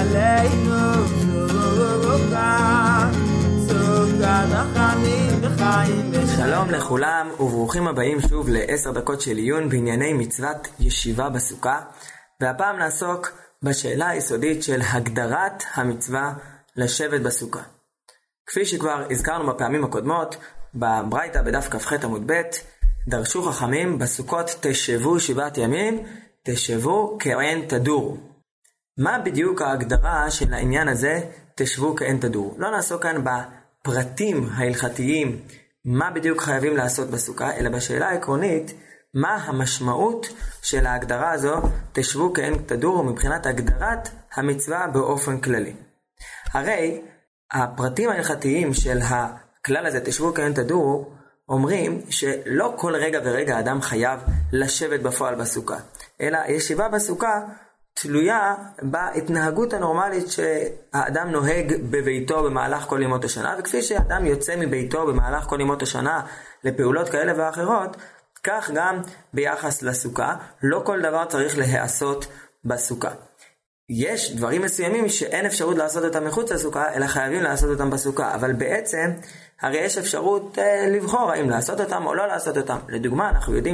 עלינו סוכה נחמים וחיים ושלום. שלום לכולם וברוכים הבאים שוב ל10 דקות של עיון בענייני מצוות ישיבה בסוכה, והפעם נעסוק בשאלה היסודית של הגדרת המצווה לשבת בסוכה. כפי שכבר הזכרנו בפעמים הקודמות, בברייתא בדף כ"ח עמוד ב', דרשו חכמים בסוכות תשבו 7 ימים, תשבו כעין תדורו. מה בדיוק ההגדרה של העניין הזה, תשבו כעין תדורו? לא נעסוק כאן בפרטים ההלכתיים, מה בדיוק חייבים לעשות בסוכה, אלא בשאלה העקרונית, מה המשמעות של ההגדרה הזו, תשבו כעין תדורו, מבחינת הגדרת המצווה באופן כללי. הרי הפרטים ההלכתיים של הכלל הזה, תשבו כעין תדורו, אומרים שלא כל רגע ורגע האדם חייב לשבת בפועל בסוכה, אלא ישיבה בסוכה תלויה בהתנהגות הנורמלית שהאדם נוהג בביתו במהלך כל ימות השנה, וכפי שהאדם יוצא מביתו במהלך כל ימות השנה לפעולות כאלה ואחרות, כך גם ביחס לסוכה, לא כל דבר צריך להיעשות בסוכה. יש דברים מסוימים שאין אפשרות לעשות אותם מחוץ לסוכה, אלא חייבים לעשות אותם בסוכה, אבל בעצם הרי יש אפשרות לבחור האם לעשות אותם או לא לעשות אותם. לדוגמה, אנחנו יודעים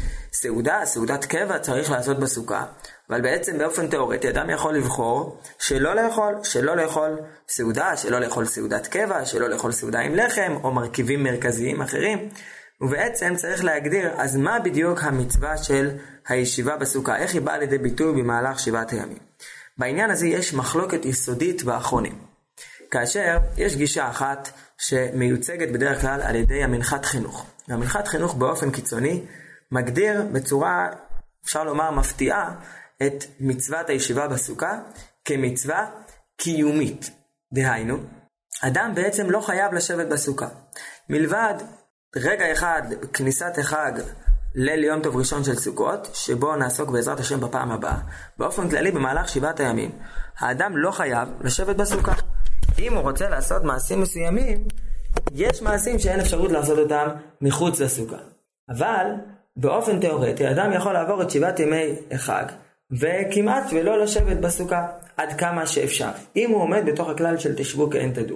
סעודת קבע צריך לעשות בסוכה, אבל בעצם באופן תיאורטי אדם יכול לבחור שלא לאכול סעודה, שלא לאכול סעודת קבע, שלא לאכול סעודה עם לחם או מרכיבים מרכזיים אחרים. ובעצם צריך להגדיר אז מה בדיוק המצווה של הישיבה בסוכה, איך היא באה לידי ביטוי במהלך 7 הימים. בעניין הזה יש מחלוקת יסודית באחרונים, כאשר יש גישה אחת שמיוצגת בדרך כלל על ידי המנחת חינוך. והמנחת חינוך באופן קיצוני מגדיר בצורה, אפשר לומר, מפתיעה את מצוות הישיבה בסוכה כמצווה קיומית. דהיינו, אדם בעצם לא חייב לשבת בסוכה. מלבד רגע אחד, כניסת החג ליל יום טוב ראשון של סוכות, שבו נעסוק בעזרת השם בפעם הבאה. באופן כללי, במהלך 7 הימים, האדם לא חייב לשבת בסוכה. אם הוא רוצה לעשות מעשים מסוימים, יש מעשים שאין אפשרות לעשות אותם מחוץ לסוכה. אבל באופן תיאורטי, האדם יכול לעבור את 7 ימי החג, וכמעט ולא לשבת בסוכה עד כמה שאפשר, אם הוא עומד בתוך הכלל של תשבו כעין תדורו.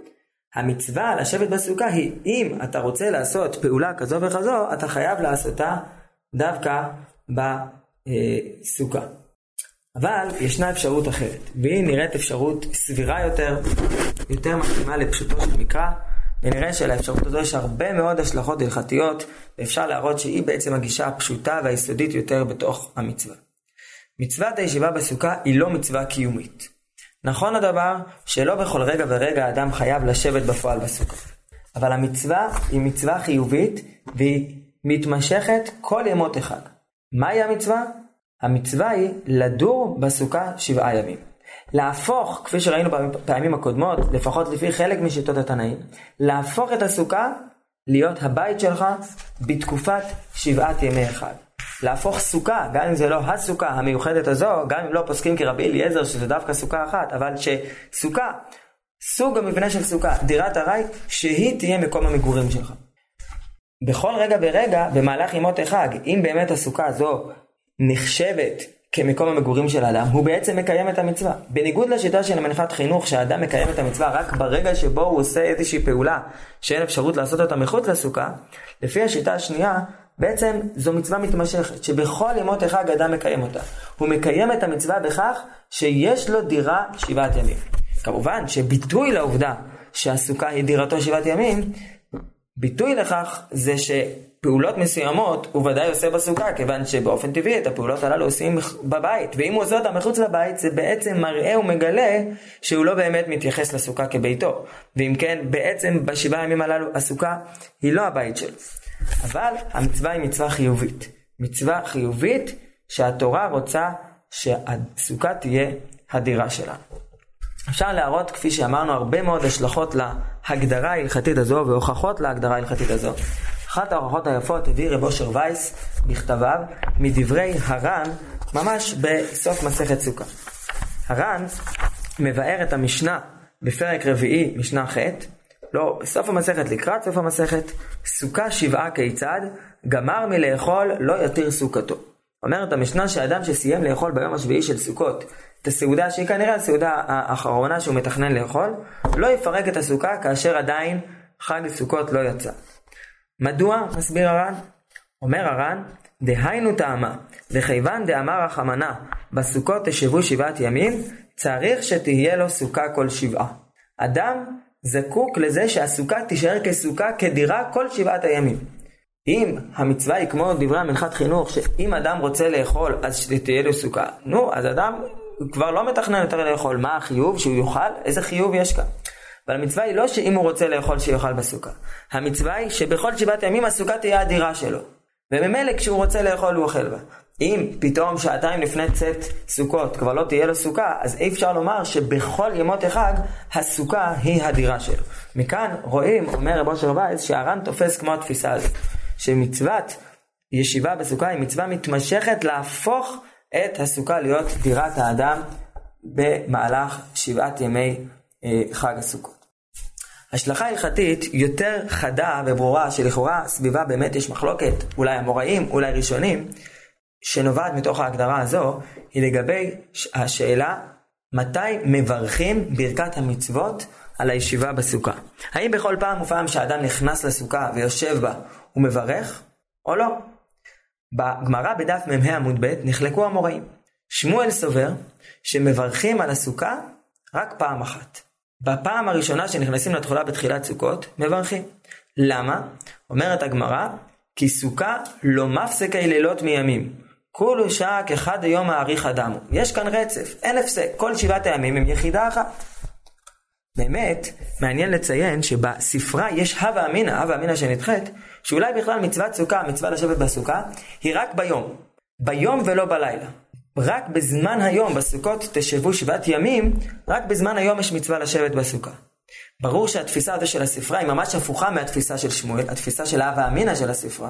המצווה לשבת בסוכה היא, אם אתה רוצה לעשות פעולה כזו וכזו, אתה חייב לעשותה דווקא בסוכה. אבל ישנה אפשרות אחרת, והיא נראית אפשרות סבירה יותר מתאימה לפשוטו של מקרא, ונראה שלאפשרות הזו יש הרבה מאוד השלכות הלכתיות, ואפשר להראות שהיא בעצם הגישה הפשוטה והיסודית יותר בתוך המצווה. מצוות הישיבה בסוכה היא לא מצווה קיומית. נכון הדבר שלא בכל רגע ורגע האדם חייב לשבת בפועל בסוכה. אבל המצווה היא מצווה חיובית והיא מתמשכת כל ימות החג. מהי המצווה? המצווה היא לדור בסוכה 7 ימים. להפוך, כפי שראינו בפעמים הקודמות, לפחות לפי חלק משיטות התנאים, להפוך את הסוכה להיות הבית שלך בתקופת 7 ימי החג. להפוך סוכה, גם אם זה לא הסוכה המיוחדת הזו, גם אם לא פוסקים כרבי אליעזר שזה דווקא סוכה אחת, אבל שסוכה, סוג המבנה של סוכה, דירת ארעי, שהיא תהיה מקום המגורים שלך. בכל רגע ורגע, במהלך ימות החג, אם באמת הסוכה הזו נחשבת כמקום המגורים של האדם, הוא בעצם מקיים את המצווה. בניגוד לשיטה של המנחת חינוך, שהאדם מקיים את המצווה רק ברגע שבו הוא עושה איזושהי פעולה שאין אפשרות לעשות אותה מחוץ לסוכה, לפי השיטה השנייה, בעצם זו מצווה מתמשכת, שבכל ימות החג האדם מקיים אותה. הוא מקיים את המצווה בכך שיש לו דירה 7 ימים. כמובן שביטוי לעובדה שהסוכה היא דירתו 7 ימים, ביטוי לכך זה שפעולות מסוימות הוא ודאי עושה בסוכה, כיוון שבאופן טבעי את הפעולות הללו עושים בבית, ואם הוא עושה אותה מחוץ לבית זה בעצם מראה ומגלה שהוא לא באמת מתייחס לסוכה כביתו, ואם כן בעצם ב7 ימים הללו הסוכה היא לא הבית שלו. אבל המצווה היא מצווה חיובית, מצווה חיובית שהתורה רוצה שהסוכה תהיה הדירה שלה. אפשר להראות, כפי שאמרנו, הרבה מאוד השלכות להגדרה ההלכתית הזו והוכחות להגדרה ההלכתית הזו. אחת ההוכחות היפות הביא רב אושר וייס בכתביו מדברי הר"ן, ממש בסוף מסכת סוכה. הר"ן מבאר את המשנה בפרק רביעי, משנה ח', לא, בסוף המסכת, לקראת סוף המסכת, סוכה 7 כיצד, גמר מלאכול לא יתיר סוכתו. אומרת המשנה שאדם שסיים לאכול ביום השביעי של סוכות את הסעודה שהיא כנראה הסעודה האחרונה שהוא מתכנן לאכול, לא יפרק את הסוכה כאשר עדיין חג סוכות לא יצא. מדוע? מסביר הר"ן. אומר הר"ן, דהיינו טעמה, וכיוון דאמר רחמנא, בסוכות תשבו 7 ימים, צריך שתהיה לו סוכה כל 7. אדם זקוק לזה שהסוכה תישאר כסוכה כדירה כל 7 הימים. אם המצווה היא כמו דברי המנחת חינוך, שאם אדם רוצה לאכול אז שתהיה לו סוכה, אז אדם כבר לא מתכנן יותר לאכול. מה החיוב? שהוא יאכל? איזה חיוב יש כאן? אבל המצווה היא לא שאם הוא רוצה לאכול שיאכל בסוכה. המצווה היא שבכל 7 ימים הסוכה תהיה הדירה שלו. וממילא כשהוא רוצה לאכול הוא אוכל בה. אם פתאום 2 שעות לפני צאת סוכות כבר לא תהיה לו סוכה, אז אי אפשר לומר שבכל ימות החג הסוכה היא הדירה שלו. מכאן רואים, אומר רב אושר וייס, שהר"ן תופס כמו התפיסה הזאת, שמצוות ישיבה בסוכה היא מצווה מתמשכת להפוך את הסוכה להיות דירת האדם במהלך 7 ימי חג הסוכות. השלכה הלכתית יותר חדה וברורה, שלכאורה סביבה באמת יש מחלוקת, אולי אמוראים, אולי ראשונים, שנובעת מתוך ההגדרה הזו, היא לגבי השאלה מתי מברכים ברכת המצוות על הישיבה בסוכה. האם בכל פעם ופעם שהאדם נכנס לסוכה ויושב בה הוא מברך או לא? בגמרא בדף מ"ה עמוד ב' נחלקו אמוראים. שמואל סובר שמברכים על הסוכה רק פעם אחת. בפעם הראשונה שנכנסים לתחולה בתחילת סוכות מברכים. למה? אומרת הגמרא, כי סוכה לא מפסקי לילות מימים, כולו שעה כאחד היום האריך אדמו. יש כאן רצף, אין הפסק, כל 7 הימים הם יחידה אחת. באמת מעניין לציין שבספרה יש הווה אמינא שנדחית, שאולי בכלל מצוות סוכה, המצווה לשבת בסוכה, היא רק ביום ולא בלילה. רק בזמן היום בסוכות תשבו 7 ימים, רק בזמן היום יש מצווה לשבת בסוכה. ברור שהתפיסה הזו של הספרה היא ממש הפוכה מהתפיסה של שמואל, התפיסה של הווה אמינא של הספרה,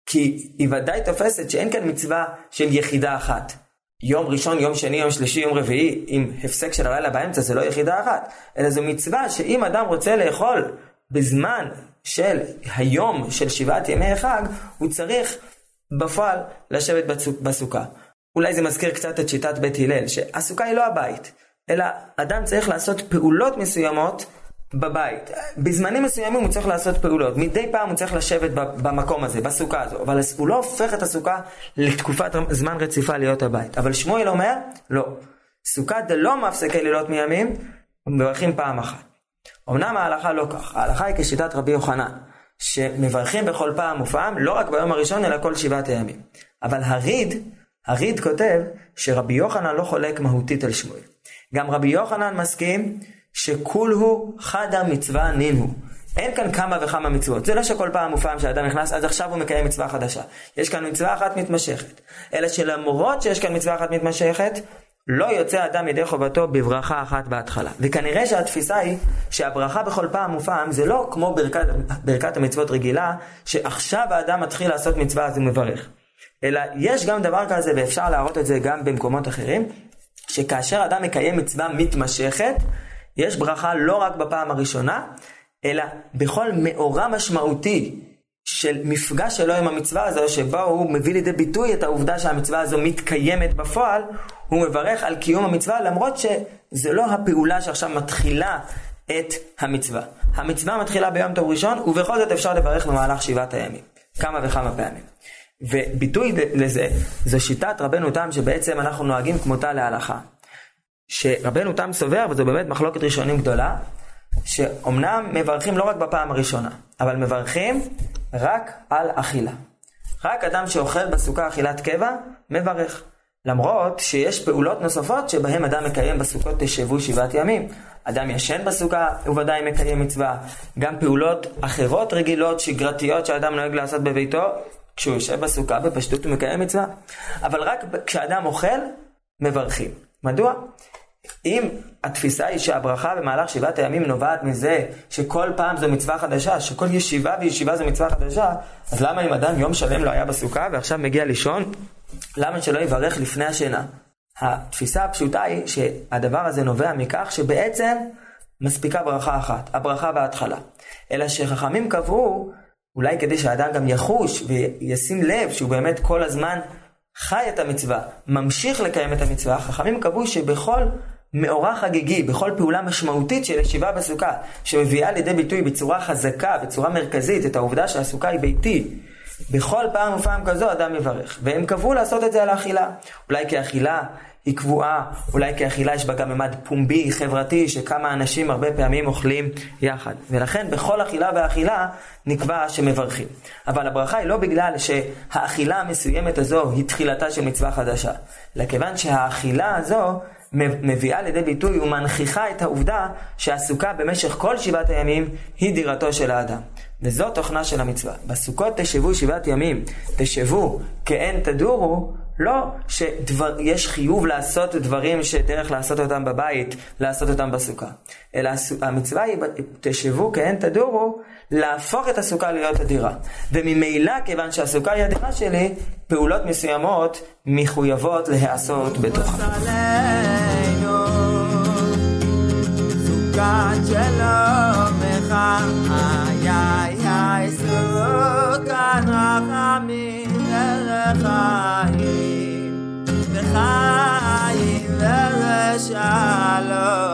כי היא ודאי תופסת שאין כאן מצווה של יחידה אחת. יום ראשון, יום שני, יום שלישי, יום רביעי, עם הפסק של הלילה באמצע, זה לא יחידה אחת, אלא זו מצווה שאם אדם רוצה לאכול בזמן של היום של 7 ימי החג, הוא צריך בפועל לשבת בסוכה. אולי זה מזכיר קצת את שיטת בית הלל, שהסוכה היא לא הבית, אלא אדם צריך לעשות פעולות מסוימות בבית. בזמנים מסוימים הוא צריך לעשות פעולות, מדי פעם הוא צריך לשבת במקום הזה, בסוכה הזו, אבל הוא לא הופך את הסוכה לתקופת זמן רציפה להיות הבית. אבל שמואל אומר, לא, סוכה דלא מפסקי לילות מימים, מברכים פעם אחת. אמנם ההלכה לא כך, ההלכה היא כשיטת רבי יוחנן, שמברכים בכל פעם ופעם, לא רק ביום הראשון אלא כל 7 הימים. אבל הריד כותב שרבי יוחנן לא חולק מהותית על שמואל. גם רבי יוחנן מסכים שכולהו חדה מצווה נינו. אין כאן כמה וכמה מצוות. זה לא שכל פעם ופעם שהאדם נכנס, אז עכשיו הוא מקיים מצווה חדשה. יש כאן מצווה אחת מתמשכת. אלא שלמרות שיש כאן מצווה אחת מתמשכת, לא יוצא אדם ידי חובתו בברכה אחת בהתחלה. וכנראה שהתפיסה היא שהברכה בכל פעם ופעם זה לא כמו ברכת המצוות רגילה, שעכשיו האדם מתחיל לעשות מצווה אז הוא מברך. אלא יש גם דבר כזה, ואפשר להראות את זה גם במקומות אחרים, שכאשר אדם מקיים מצווה מתמשכת, יש ברכה לא רק בפעם הראשונה, אלא בכל מאורע משמעותי של מפגש שלו עם המצווה הזו, שבו הוא מביא לידי ביטוי את העובדה שהמצווה הזו מתקיימת בפועל, הוא מברך על קיום המצווה, למרות שזה לא הפעולה שעכשיו מתחילה את המצווה. המצווה מתחילה ביום טוב ראשון, ובכל זאת אפשר לברך במהלך 7 הימים, כמה וכמה פעמים. וביטוי לזה, זו שיטת רבנו תם שבעצם אנחנו נוהגים כמותה להלכה. שרבנו תם סובר, וזו באמת מחלוקת ראשונים גדולה, שאומנם מברכים לא רק בפעם הראשונה, אבל מברכים רק על אכילה. רק אדם שאוכל בסוכה אכילת קבע, מברך. למרות שיש פעולות נוספות שבהם אדם מקיים בסוכות תשבו 7 ימים. אדם ישן בסוכה, הוא ודאי מקיים מצווה. גם פעולות אחרות רגילות, שגרתיות שאדם נוהג לעשות בביתו, כשהוא יושב בסוכה בפשטות הוא מקיים מצווה. אבל רק כשאדם אוכל, מברכים. מדוע? אם התפיסה היא שהברכה במהלך 7 הימים נובעת מזה שכל פעם זו מצווה חדשה, שכל ישיבה וישיבה זו מצווה חדשה, אז למה אם אדם יום שלם לא היה בסוכה ועכשיו מגיע לישון, למה שלא יברך לפני השינה? התפיסה הפשוטה היא שהדבר הזה נובע מכך שבעצם מספיקה ברכה אחת, הברכה בהתחלה. אלא שחכמים קבעו, אולי כדי שהאדם גם יחוש וישים לב שהוא באמת כל הזמן חי את המצווה, ממשיך לקיים את המצווה, חכמים קבעו שבכל מאורע חגיגי, בכל פעולה משמעותית של ישיבה בסוכה, שמביאה לידי ביטוי בצורה חזקה, בצורה מרכזית, את העובדה שהסוכה היא ביתי, בכל פעם ופעם כזו אדם יברך. והם קבעו לעשות את זה על האכילה. אולי כאכילה היא קבועה, אולי כאכילה יש בה גם ממד פומבי, חברתי, שכמה אנשים הרבה פעמים אוכלים יחד. ולכן בכל אכילה ואכילה נקבע שמברכים. אבל הברכה היא לא בגלל שהאכילה המסוימת הזו היא תחילתה של מצווה חדשה. לכיוון שהאכילה הזו מביאה לידי ביטוי ומנכיחה את העובדה שהסוכה במשך כל 7 הימים היא דירתו של האדם. וזו תוכנה של המצווה. בסוכות תשבו 7 ימים, תשבו כאין תדורו, לא שיש חיוב לעשות דברים שדרך לעשות אותם בבית, לעשות אותם בסוכה. אלא המצווה היא תשבו כאין תדורו, להפוך את הסוכה להיות הדירה. וממילא, כיוון שהסוכה היא הדירה שלי, פעולות מסוימות מחויבות להיעשות בתוכה. סוכת שלום לך, איי סוכת רחמים וחיים וחיים ושלום.